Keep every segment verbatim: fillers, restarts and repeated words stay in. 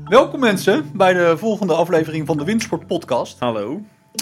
Welkom mensen bij de volgende aflevering van de Windsport Podcast. Hallo.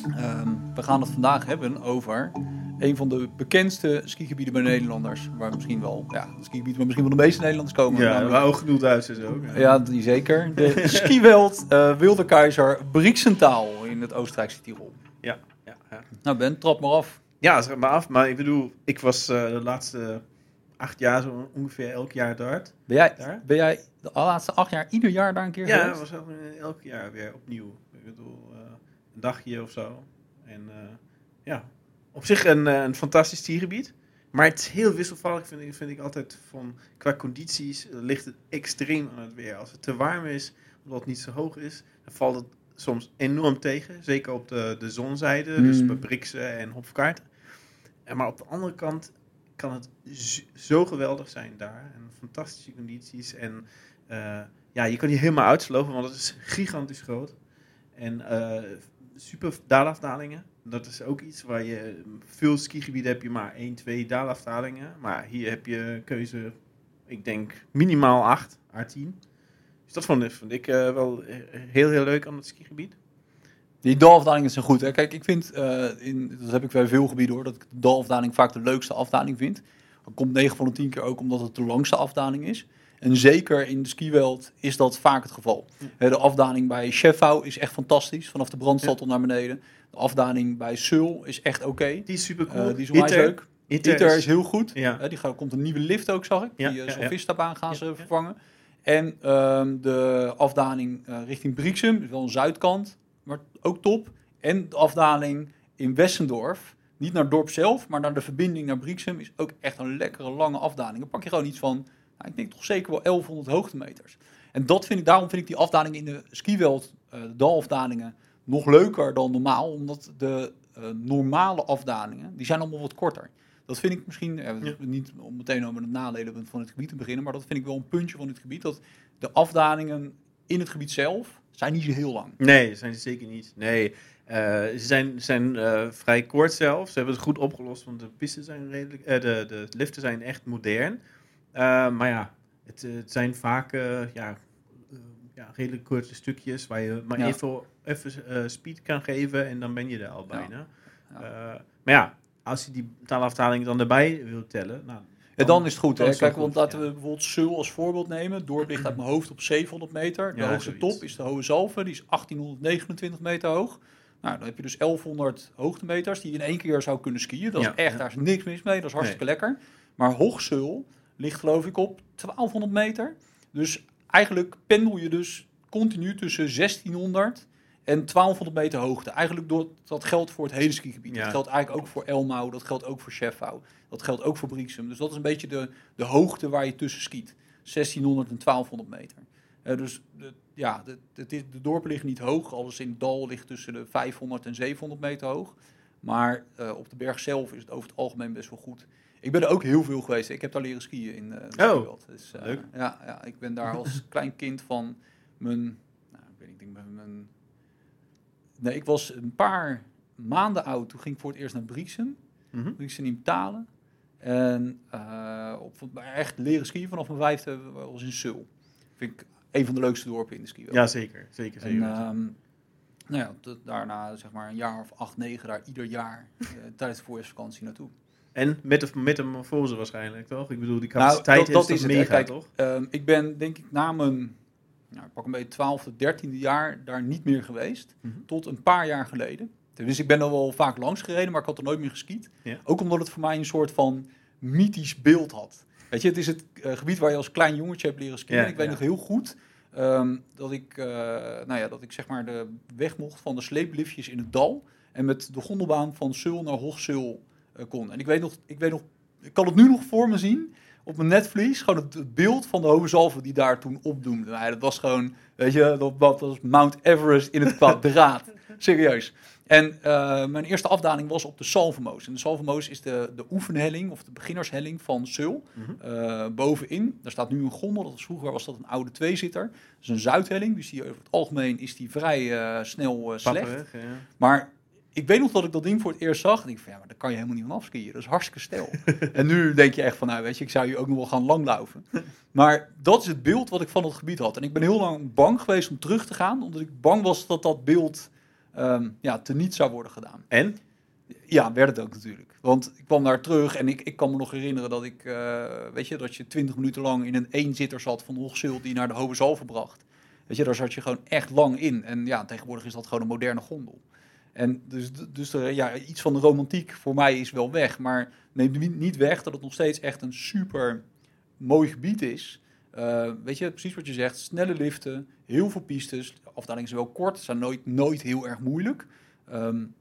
Um, we gaan het vandaag hebben over een van de bekendste skigebieden bij Nederlanders. Waar misschien wel, ja, het skigebied waar misschien wel de meeste Nederlanders komen. Ja, namelijk, waar Hooggedoeldhuis is ook. Ja, ja die zeker. De skiweld uh, Wilde Keizer Brixental in het Oostenrijkse Tirol. Ja, ja, ja. Nou Ben, trap maar af. Ja, zeg maar af. Maar ik bedoel, ik was uh, de laatste acht jaar zo ongeveer elk jaar dort. Ben jij, daar. ben jij de laatste acht jaar ieder jaar daar een keer ja, geweest? Ja, was elk jaar weer opnieuw. Ik bedoel, uh, een dagje of zo. En uh, ja, op zich een, uh, een fantastisch skigebied. Maar het is heel wisselvallig, vind ik, vind ik altijd. Van, qua condities uh, ligt het extreem aan het weer. Als het te warm is, omdat het niet zo hoog is, dan valt het soms enorm tegen. Zeker op de, de zonzijde, mm. dus bij Brixen en Hopfkaart. En maar op de andere kant kan het z- zo geweldig zijn daar. En fantastische condities. En uh, ja, je kan hier helemaal uitslopen, want het is gigantisch groot. En uh, super daalafdalingen. Dat is ook iets waar je... Veel skigebieden heb je maar één, twee daalafdalingen. Maar hier heb je keuze, ik denk, minimaal acht, A tien. Dus dat vond, vond ik uh, wel heel, heel leuk aan het skigebied. Die dalafdalingen zijn goed. Hè? Kijk, ik vind, uh, in, dat heb ik bij veel gebieden hoor, dat ik de dalafdaling vaak de leukste afdaling vind. Dat komt negen van de tien keer ook omdat het de langste afdaling is. En zeker in de skiweld is dat vaak het geval. Ja. De afdaling bij Schefau is echt fantastisch, vanaf de Brandstad tot ja. naar beneden. De afdaling bij Sul is echt oké. Okay. Die is super cool. Uh, die is onwijs leuk. Iter, Iter is, is heel goed. Ja. Uh, die gaat, komt een nieuwe lift ook, zag ik. Ja, die uh, ja, Sofista-baan gaan ja, ze ja. vervangen. En uh, de afdaling uh, richting Brixen, is wel een zuidkant, maar ook top. En de afdaling in Wessendorf, niet naar het dorp zelf, maar naar de verbinding naar Brixen, is ook echt een lekkere lange afdaling. Dan pak je gewoon iets van, nou, ik denk toch zeker wel elfhonderd hoogtemeters. En dat vind ik, daarom vind ik die afdaling in de skiweld, uh, de dalafdalingen, nog leuker dan normaal. Omdat de uh, normale afdalingen, die zijn allemaal wat korter. Dat vind ik misschien, eh, ja. niet om meteen over het nadelen van het gebied te beginnen, maar dat vind ik wel een puntje van het gebied. Dat de afdalingen in het gebied zelf zijn niet zo heel lang. Nee, dat zijn ze zeker niet. Nee, uh, ze zijn, zijn uh, vrij kort zelf. Ze hebben het goed opgelost, want de pisten zijn redelijk, uh, de, de liften zijn echt modern. Uh, maar ja, het, uh, het zijn vaak uh, ja, uh, ja, redelijk korte stukjes waar je maar ja. even, even uh, speed kan geven en dan ben je er al bijna. Ja. Ja. Uh, maar ja, als je die taalafdaling dan erbij wilt tellen, nou, ja, dan is het goed. Hè? Kijk, Kijk, goed, want laten ja. we bijvoorbeeld Sul als voorbeeld nemen. Het dorp ligt uit mijn hoofd op zevenhonderd meter. De ja, hoogste zoiets. top is de Hohe Zalve, die is achttienhonderdnegenentwintig meter hoog. Nou, dan heb je dus elfhonderd hoogtemeters die je in één keer zou kunnen skiën. Dat is ja, echt, ja. daar is niks mis mee, dat is hartstikke nee. lekker. Maar Hoogsul ligt geloof ik op twaalfhonderd meter. Dus eigenlijk pendel je dus continu tussen zestienhonderd en twaalfhonderd meter hoogte. Eigenlijk door, dat geldt voor het hele skigebied. Ja. Dat geldt eigenlijk ook voor Elmau, dat geldt ook voor Schefau. Dat geldt ook voor Brixen. Dus dat is een beetje de, de hoogte waar je tussen skiet. zestienhonderd en twaalfhonderd meter. Uh, dus de, ja, de, de, de dorpen liggen niet hoog. Alles in het dal ligt tussen de vijfhonderd en zevenhonderd meter hoog. Maar uh, op de berg zelf is het over het algemeen best wel goed. Ik ben er ook heel veel geweest. Ik heb daar leren skiën in uh, de skiweld. Dus, uh, leuk. Ja, ja, ik ben daar als klein kind van mijn... Nou, ik weet niet, ik denk mijn... Nee, ik was een paar maanden oud. Toen ging ik voor het eerst naar Brixen. Mm-hmm. Brixen in Talen. En uh, op, echt leren skiën vanaf mijn vijfde was in Sul. Vind ik een van de leukste dorpen in de skiweld. Ja, zeker. zeker, zeker. En, um, nou ja, t- daarna zeg maar een jaar of acht, negen daar ieder jaar uh, tijdens de voorjaarsvakantie naartoe. En met de metamorfose waarschijnlijk, toch? Ik bedoel, die capaciteit nou, dat, dat is, is toch het, mega, kijk, toch? Um, ik ben denk ik na mijn, nou, ik pak een beetje twaalfde, dertiende jaar daar niet meer geweest. Mm-hmm. Tot een paar jaar geleden. Dus ik ben er wel vaak langs gereden, maar ik had er nooit meer geskiet. Ja. Ook omdat het voor mij een soort van mythisch beeld had. Weet je, het is het uh, gebied waar je als klein jongetje hebt leren skiën. Ja, ik weet ja. nog heel goed um, dat ik, uh, nou ja, dat ik zeg maar de weg mocht van de sleepliftjes in het dal. En met de gondelbaan van Sul naar Hoogsul uh, kon. En ik weet nog, ik weet nog, ik kan het nu nog voor me zien op mijn netvlies. Gewoon het, het beeld van de Hoge Zalve die daar toen opdoemde. Nou, dat was gewoon, weet je, dat, dat was Mount Everest in het kwadraat. Serieus. En uh, mijn eerste afdaling was op de Salvermoos. En de Salvermoos is de, de oefenhelling of de beginnershelling van Sul. Mm-hmm. Uh, bovenin, daar staat nu een gondel. Dat was, vroeger was dat een oude tweezitter. Dat is een zuidhelling, dus die, over het algemeen is die vrij uh, snel uh, slecht. Papperig, ja. Maar ik weet nog dat ik dat ding voor het eerst zag. En ik van, ja, maar daar kan je helemaal niet van afskiën. Dat is hartstikke steil. En nu denk je echt van, nou weet je, ik zou hier ook nog wel gaan langlaufen. Maar dat is het beeld wat ik van het gebied had. En ik ben heel lang bang geweest om terug te gaan. Omdat ik bang was dat dat beeld um, ja, teniet zou worden gedaan. En? Ja, werd het ook natuurlijk. Want ik kwam daar terug en ik, ik kan me nog herinneren dat ik, uh, weet je, dat je twintig minuten lang in een eenzitter zat van Hochzult die naar de Hoge bracht. Weet je, daar zat je gewoon echt lang in. En ja, tegenwoordig is dat gewoon een moderne gondel. En dus, dus er, ja, iets van de romantiek voor mij is wel weg. Maar neemt niet weg dat het nog steeds echt een super mooi gebied is. Uh, weet je, precies wat je zegt. Snelle liften, heel veel pistes. De afdalingen zijn wel kort, zijn nooit, nooit heel erg moeilijk. Um,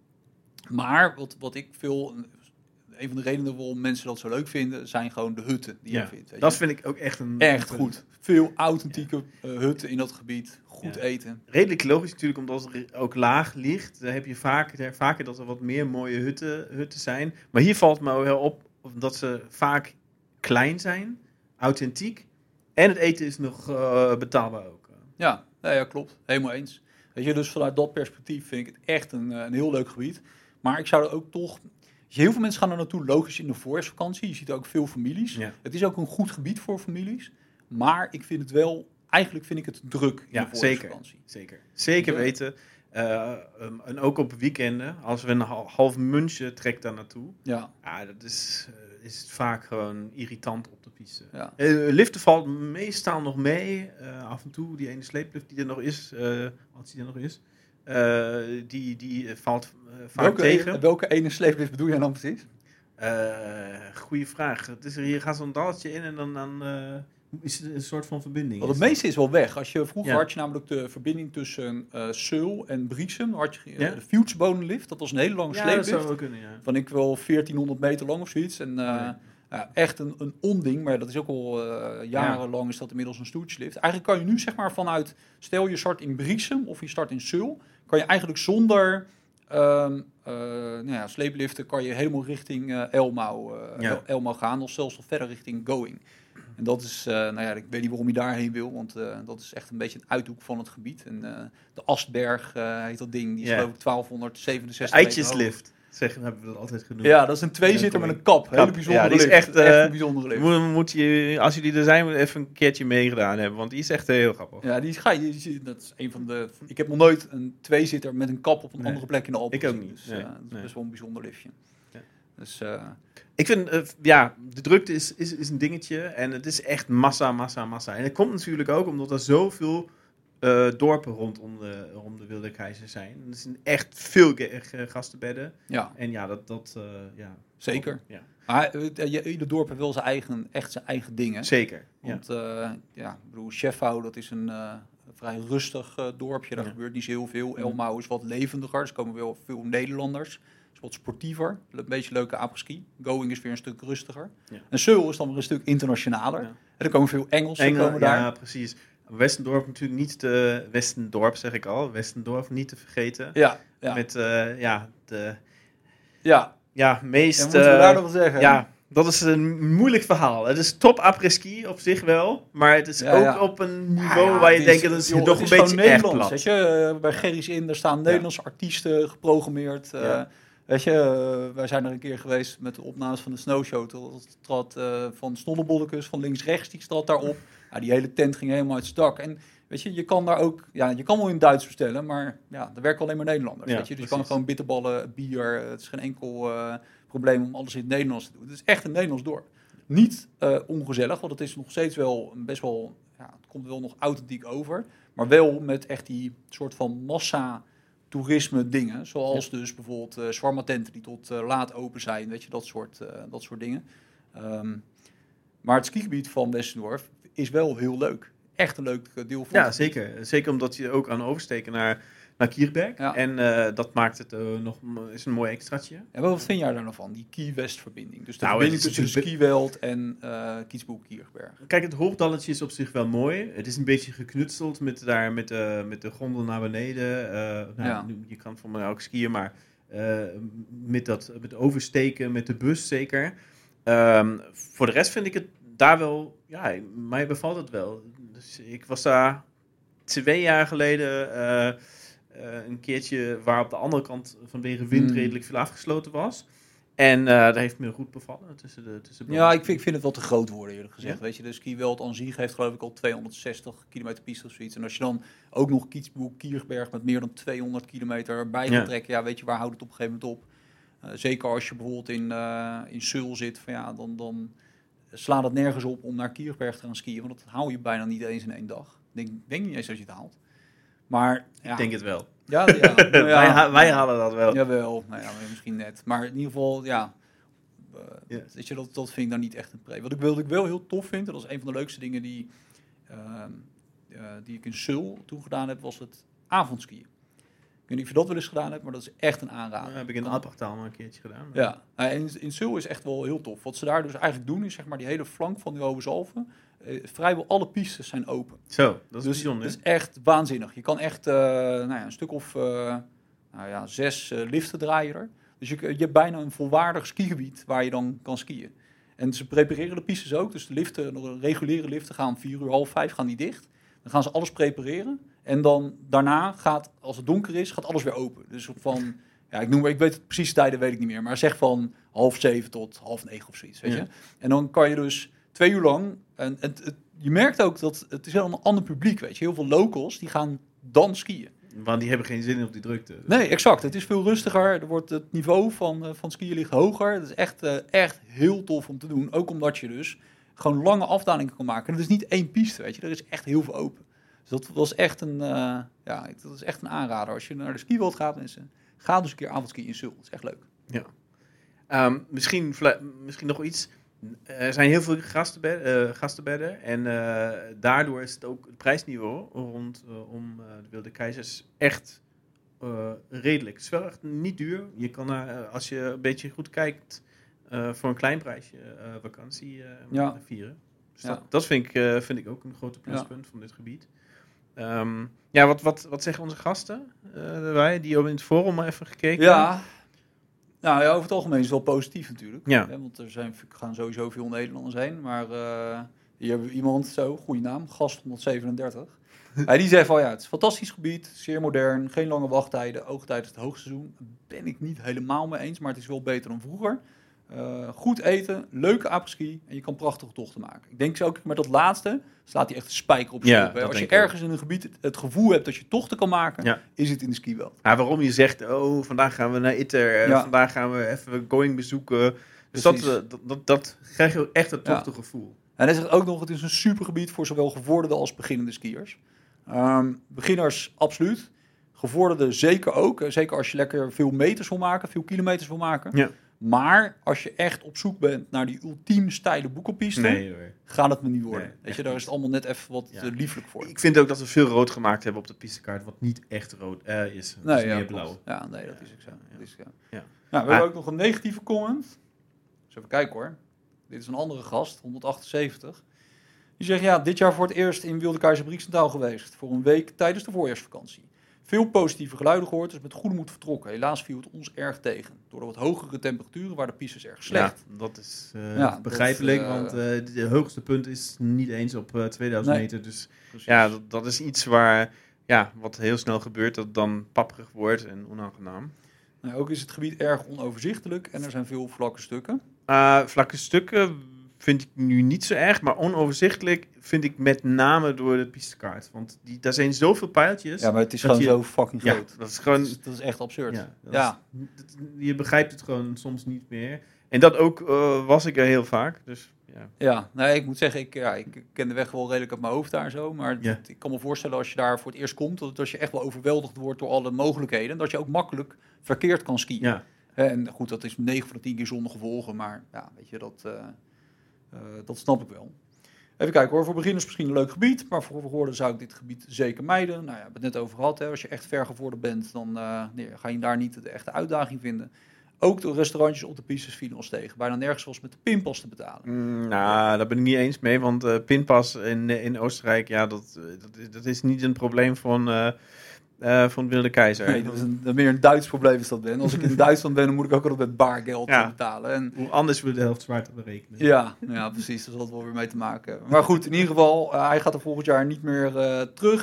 maar wat, wat ik veel... Een van de redenen waarom mensen dat zo leuk vinden, zijn gewoon de hutten die ja, je vindt. Weet dat je? vind ik ook echt een... Echt goed. Veel authentieke ja. uh, hutten in dat gebied. Goed ja. eten. Redelijk logisch natuurlijk, omdat het ook laag ligt. Dan heb je vaak, vaker dat er wat meer mooie hutten, hutten zijn. Maar hier valt me wel op dat ze vaak klein zijn, authentiek. En het eten is nog uh, betaalbaar ook. Ja, nou ja, klopt. Helemaal eens. Weet je, dus vanuit dat perspectief vind ik het echt een, een heel leuk gebied. Maar ik zou er ook toch... Heel veel mensen gaan er naartoe, logisch in de voorjaarsvakantie. Je ziet ook veel families. Ja. Het is ook een goed gebied voor families. Maar ik vind het wel... Eigenlijk vind ik het druk in ja, de voorjaarsvakantie. Zeker, zeker. Zeker weten. Uh, um, en ook op weekenden. Als we een half München trekt daar naartoe. Ja. ja dat is, uh, is het vaak gewoon irritant op de piste. Ja. Uh, liften valt meestal nog mee. Uh, af en toe, die ene sleeplift die er nog is. Uh, als die er nog is. Uh, die, die valt uh, vaak welke, tegen. Welke ene sleeplift bedoel jij dan precies? Uh, goeie vraag. Het is er, hier gaat zo'n dalletje in en dan, dan uh, is het een soort van verbinding. Want het meeste is wel weg. Als je, vroeger ja. had je namelijk de verbinding tussen uh, Seul en Briesem. Had je uh, ja? de Fieldsbodemlift. Dat was een hele lange ja, sleeplift. Dat zou wel kunnen, ja. Van ik wel veertienhonderd meter lang of zoiets. En uh, ja. uh, echt een, een onding. Maar dat is ook al uh, jarenlang ja. is dat inmiddels een stoeltjeslift. Eigenlijk kan je nu zeg maar vanuit... Stel je start in Briesem of je start in Seul... kan je eigenlijk zonder um, uh, nou ja, sleepliften kan je helemaal richting uh, Elmau, uh, ja. Elmau gaan, of zelfs nog verder richting Going. En dat is, uh, nou ja, ik weet niet waarom je daarheen wil, want uh, dat is echt een beetje een uithoek van het gebied. En uh, de Astberg uh, heet dat ding, die is ja. geloof ik twaalfhonderdzevenenzestig Eitjeslift. Zeggen, hebben we dat altijd genoemd. Ja, dat is een tweezitter met een kap. Hele bijzondere ja, die is lift. Echt, uh, echt een bijzondere lift. Moet, moet je, als jullie er zijn, moet je even een keertje meegedaan hebben. Want die is echt heel grappig. Ja, die is, ga je, dat is een van de... Ik heb nog nooit een tweezitter met een kap op een nee, andere plek in de Alpen ik ook niet. Dus nee, uh, dat is nee. best wel een bijzonder liftje. Ja. Dus, uh, ik vind, uh, ja, de drukte is, is, is een dingetje. En het is echt massa, massa, massa. En dat komt natuurlijk ook omdat er zoveel... Uh, dorpen rondom de, rond de Wilde Keizer zijn. Er zijn echt veel ge- gastenbedden. Ja. En ja, dat... dat uh, ja. Zeker. Ja. Maar uh, ieder dorp heeft wel zijn eigen, echt zijn eigen dingen. Zeker. Want ja, uh, ja ik bedoel, Schefhau, dat is een uh, vrij rustig uh, dorpje. Daar ja. gebeurt niet zo heel veel. Mm. Elmau is wat levendiger. Er komen wel veel Nederlanders. Is wat sportiever. Een beetje leuke après-ski. Going is weer een stuk rustiger. Ja. En Seul is dan weer een stuk internationaler. Ja. En er komen veel Engelsen Engel, komen daar. Ja, precies. Westendorp natuurlijk niet te... Westendorp zeg ik al. Westendorp niet te vergeten. Ja. ja. Met uh, ja, de... Ja. Ja, meest... Ja, moeten we daar nog wel zeggen? Ja, dat is een moeilijk verhaal. Het is top après-ski op zich wel. Maar het is ja, ook ja. op een niveau ja, ja, waar je denkt... dat is joh, toch een beetje echt plat. Weet je, bij Gerry's In, daar staan Nederlandse ja. artiesten geprogrammeerd. Ja. Uh, weet je, uh, wij zijn er een keer geweest met de opnames van de Snowshow. Dat trad uh, van Snollebollekes, van links-rechts, die trad daarop. Ja, die hele tent ging helemaal uit het dak. En weet je, je kan daar ook... Ja, je kan wel in Duits bestellen, maar ja, er werken alleen maar Nederlanders. Ja, weet je? Dus je kan gewoon bitterballen, bier. Het is geen enkel uh, probleem om alles in het Nederlands te doen. Het is echt een Nederlands dorp. Niet uh, ongezellig, want het is nog steeds wel best wel... Ja, het komt wel nog authentiek over. Maar wel met echt die soort van massa... toerisme dingen, zoals ja. dus bijvoorbeeld uh, shawarma-tenten die tot uh, laat open zijn, weet je, dat soort, uh, dat soort dingen. Um, maar het skigebied van Westendorp is wel heel leuk. Echt een leuk deel van Ja, het zeker. Zeker omdat je ook kan oversteken naar, naar Kierberg. Ja. En uh, dat maakt het uh, nog is een mooi extraatje. En wat vind jij daar nou van, die Key-West-verbinding? Dus de nou, verbinding tussen Skieveld en uh, Kietsboek-Kierberg. Kijk, het hoogdalletje is op zich wel mooi. Het is een beetje geknutseld met, daar, met, uh, met de gondel naar beneden. Uh, nou, ja. Je kan voor mij ook skiën, maar uh, met dat met oversteken, met de bus zeker. Um, voor de rest vind ik het daar wel... Ja, mij bevalt het wel. Dus ik was daar twee jaar geleden... Uh, uh, een keertje waar op de andere kant vanwege wind Mm. redelijk veel afgesloten was. En uh, dat heeft me goed bevallen. Tussen de, tussen de Ja, ik vind, ik vind het wel te groot worden, eerlijk gezegd. Ja? Weet je, de skiweld aan zich heeft geloof ik al tweehonderdzestig kilometer piste of zoiets. En als je dan ook nog Kitzbühel, Kierberg met meer dan tweehonderd kilometer erbij gaat Ja. trekken, ja, weet je, waar houdt het op een gegeven moment op? Uh, zeker als je bijvoorbeeld in, uh, in Seul zit, van, ja, dan, dan slaat het nergens op om naar Kierberg te gaan skiën. Want dat haal je bijna niet eens in één dag. Ik denk, denk niet eens als je het haalt. Maar, ja. Ik denk het wel. Ja, ja, nou ja, wij, ha- wij halen dat wel. Jawel, nou ja, misschien net. Maar in ieder geval, ja... Uh, Ja. weet je, dat, dat vind ik dan niet echt een pre. Wat ik, wil, wat ik wel heel tof vind, en dat is een van de leukste dingen die, uh, uh, die ik in Seul toen gedaan heb, was het avondskiën. Ik weet niet of je dat wel eens gedaan hebt, maar dat is echt een aanrader. Dat heb ik in Alpachtaal maar een keertje gedaan. Maar... Ja, uh, in, in Seul is echt wel heel tof. Wat ze daar dus eigenlijk doen, is zeg maar die hele flank van die Hoge Zalven. Uh, vrijwel alle pistes zijn open. Zo, dat is dus, bijzonder. Dat is echt waanzinnig. Je kan echt uh, nou ja, een stuk of uh, nou ja, zes uh, liften draaien er. Dus je, je hebt bijna een volwaardig skigebied waar je dan kan skiën. En ze prepareren de pistes ook. Dus de liften, de reguliere liften gaan om vier uur, half vijf gaan die dicht. Dan gaan ze alles prepareren. En dan daarna gaat, als het donker is, gaat alles weer open. Dus van, ja, ik noem, ik weet het precieze tijden, weet ik niet meer. Maar zeg van half zeven tot half negen of zoiets, weet Ja. je. En dan kan je dus twee uur lang... En het, het, je merkt ook dat het is helemaal een ander publiek, weet je. Heel veel locals, die gaan dan skiën. Want die hebben geen zin in op die drukte. Nee, exact. Het is veel rustiger. Er wordt het niveau van, uh, van skiën ligt hoger. Het is echt, uh, echt heel tof om te doen. Ook omdat je dus gewoon lange afdalingen kan maken. En het is niet één piste, weet je. Er is echt heel veel open. Dus dat was echt een, uh, ja, dat is echt een aanrader. Als je naar de skiweld gaat, mensen, ga dus een keer avondskiën in Seul. Dat is echt leuk. Ja. Um, misschien, misschien nog iets. Er zijn heel veel gastenbedden, uh, gastenbedden en uh, daardoor is het ook het prijsniveau rond uh, om uh, de Wilde Keizers echt uh, redelijk. Het is wel echt niet duur. Je kan uh, als je een beetje goed kijkt uh, voor een klein prijsje uh, vakantie uh, ja. vieren. Dus ja. dat, dat vind, ik, uh, vind ik ook een grote pluspunt ja. van dit gebied. Um, ja, wat, wat, wat zeggen onze gasten uh, wij die hebben in het forum maar even gekeken? Ja. Nou ja, over het algemeen is het wel positief natuurlijk. Ja. Hè, want er zijn, gaan sowieso veel Nederlanders heen. Maar uh, hier hebben we iemand, zo, goede naam, gast honderdzevenendertig. Hij die zegt van ja, het is een fantastisch gebied, zeer modern, geen lange wachttijden, ook tijdens het hoogseizoen. Daar ben ik niet helemaal mee eens, maar het is wel beter dan vroeger. Uh, goed eten, leuke apres-ski en je kan prachtige tochten maken. Ik denk zo ook met dat laatste, slaat hij echt een spijker op ja, op. Als je ergens ook. in een gebied het, het gevoel hebt dat je tochten kan maken, ja. is het in de skiweld. Ja, waarom je zegt, oh, vandaag gaan we naar Itter, ja. vandaag gaan we even Going bezoeken. Dus dat, dat, dat, dat krijg je echt het tochtengevoel. Ja. En hij zegt ook nog, het is een supergebied voor zowel gevorderde als beginnende skiers. Um, beginners absoluut, gevorderde zeker ook. Zeker als je lekker veel meters wil maken, veel kilometers wil maken. Ja. Maar als je echt op zoek bent naar die ultiem steile boekelpiste, nee, gaat het me niet worden. Nee, Weet je, daar is het allemaal net even wat ja. uh, lieflijk voor. Ik vind ook dat we veel rood gemaakt hebben op de pistekaart, wat niet echt rood uh, is. Het nee, is ja, meer klopt. blauw. Ja, nee, dat ja. is ook zo. Ja. Dat is, ja. Ja. Nou, we ah. hebben ook nog een negatieve comment. Dus even kijken hoor. Dit is een andere gast, honderdachtenzeventig. Die zegt, ja, dit jaar voor het eerst in Wilde Keizer Brieksendaal geweest. Voor een week tijdens de voorjaarsvakantie. Veel positieve geluiden gehoord, dus met goede moed vertrokken. Helaas viel het ons erg tegen. Door de wat hogere temperaturen waren de pistes erg slecht. Ja, dat is uh, ja, begrijpelijk, dat, uh, want uh, de hoogste punt is niet eens op uh, tweeduizend nee. meter. Dus Precies. ja, dat, dat is iets waar, ja, wat heel snel gebeurt, dat dan papperig wordt en onaangenaam. Nou, ook is het gebied erg onoverzichtelijk en er zijn veel vlakke stukken. Uh, vlakke stukken vind ik nu niet zo erg, maar onoverzichtelijk vind ik met name door de pistekaart. Want die, daar zijn zoveel pijltjes. Ja, maar het is gewoon je, zo fucking ja, groot. dat is gewoon... Dat is, dat is echt absurd. Ja, dat ja. Is, dat, je begrijpt het gewoon soms niet meer. En dat ook uh, was ik er heel vaak, dus... Ja, ja nee, ik moet zeggen, ik, ja, ik ken de weg wel redelijk uit mijn hoofd daar zo. Maar ja. het, ik kan me voorstellen als je daar voor het eerst komt, dat als je echt wel overweldigd wordt door alle mogelijkheden, dat je ook makkelijk verkeerd kan skiën. Ja. En goed, dat is negen van de tien keer zonder gevolgen, maar ja, weet je, dat, uh, uh, dat snap ik wel. Even kijken hoor, voor beginners misschien een leuk gebied, maar voor gevorderen zou ik dit gebied zeker mijden. Nou ja, we hebben het net over gehad, hè. Als je echt ver gevorderd bent, dan uh, nee, ga je daar niet de echte uitdaging vinden. Ook de restaurantjes op de pistes vielen ons tegen. Bijna nergens was met de pinpas te betalen. Mm, nou, daar ben ik niet eens mee. Want uh, pinpas in, in Oostenrijk, ja, dat, dat, dat is niet een probleem van, uh, uh, van Wilde Keizer. Nee, dat is een, meer een Duits probleem is dat ben. Als ik in Duitsland ben, dan moet ik ook altijd met baargeld ja. betalen. En, Hoe anders we de helft zwaarder berekenen. Ja, ja, precies. Daar zal het wel weer mee te maken hebben. Maar goed, in ieder geval, uh, hij gaat er volgend jaar niet meer uh, terug.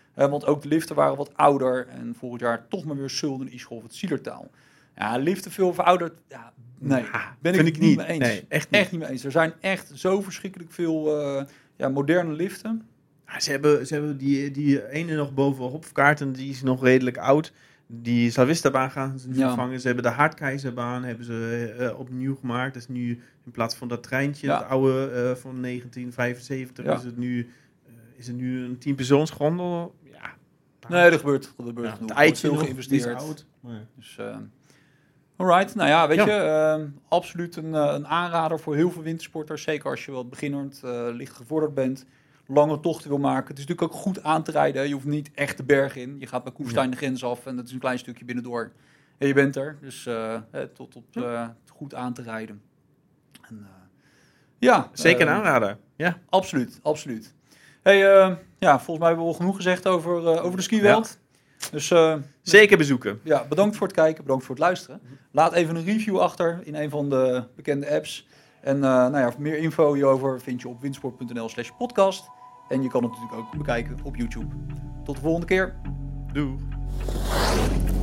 Uh, want ook de liften waren wat ouder. En volgend jaar toch maar weer Sulden, Ischolf, het Zielertaal. Ja, liften veel verouderd. Ja, nee, ja, ben vind ik ik niet niet mee eens. Nee, echt niet. Echt niet mee eens. Er zijn echt zo verschrikkelijk veel uh, ja, moderne liften. Ja, ze hebben, ze hebben die, die ene nog boven Hopfkaarten, die is nog redelijk oud. Die Salvista-baan gaan ze nu Ja. vervangen. Ze hebben de Haardkeizerbaan hebben ze uh, opnieuw gemaakt. Dat is nu in plaats van dat treintje, Ja. het oude uh, van negentien vijfenzeventig, Ja. is het nu, uh, is het nu een tienpersoonsgondel. Ja. Nee, dat gebeurt. Dat gebeurt Ja, genoeg. het Er wordt eitje veel nog, geïnvesteerd. die is oud. Maar... Dus, uh, alright, nou ja, weet Ja. je, uh, absoluut een, uh, een aanrader voor heel veel wintersporters. Zeker als je wat beginnend, uh, licht gevorderd bent, lange tochten wil maken. Het is natuurlijk ook goed aan te rijden. Je hoeft niet echt de berg in. Je gaat bij Koefstein ja. de grens af en dat is een klein stukje binnendoor. En je bent er, dus uh, tot op uh, goed aan te rijden. En, uh, ja, Zeker een uh, aanrader, ja. Absoluut, absoluut. Hey, uh, ja, volgens mij hebben we al genoeg gezegd over, uh, over de skiwereld. Ja. Dus, uh, Zeker bezoeken. Ja, bedankt voor het kijken, bedankt voor het luisteren. Laat even een review achter in een van de bekende apps. En uh, nou ja, meer info hierover vind je op windsport.nl slash podcast. En je kan het natuurlijk ook bekijken op YouTube. Tot de volgende keer. Doei.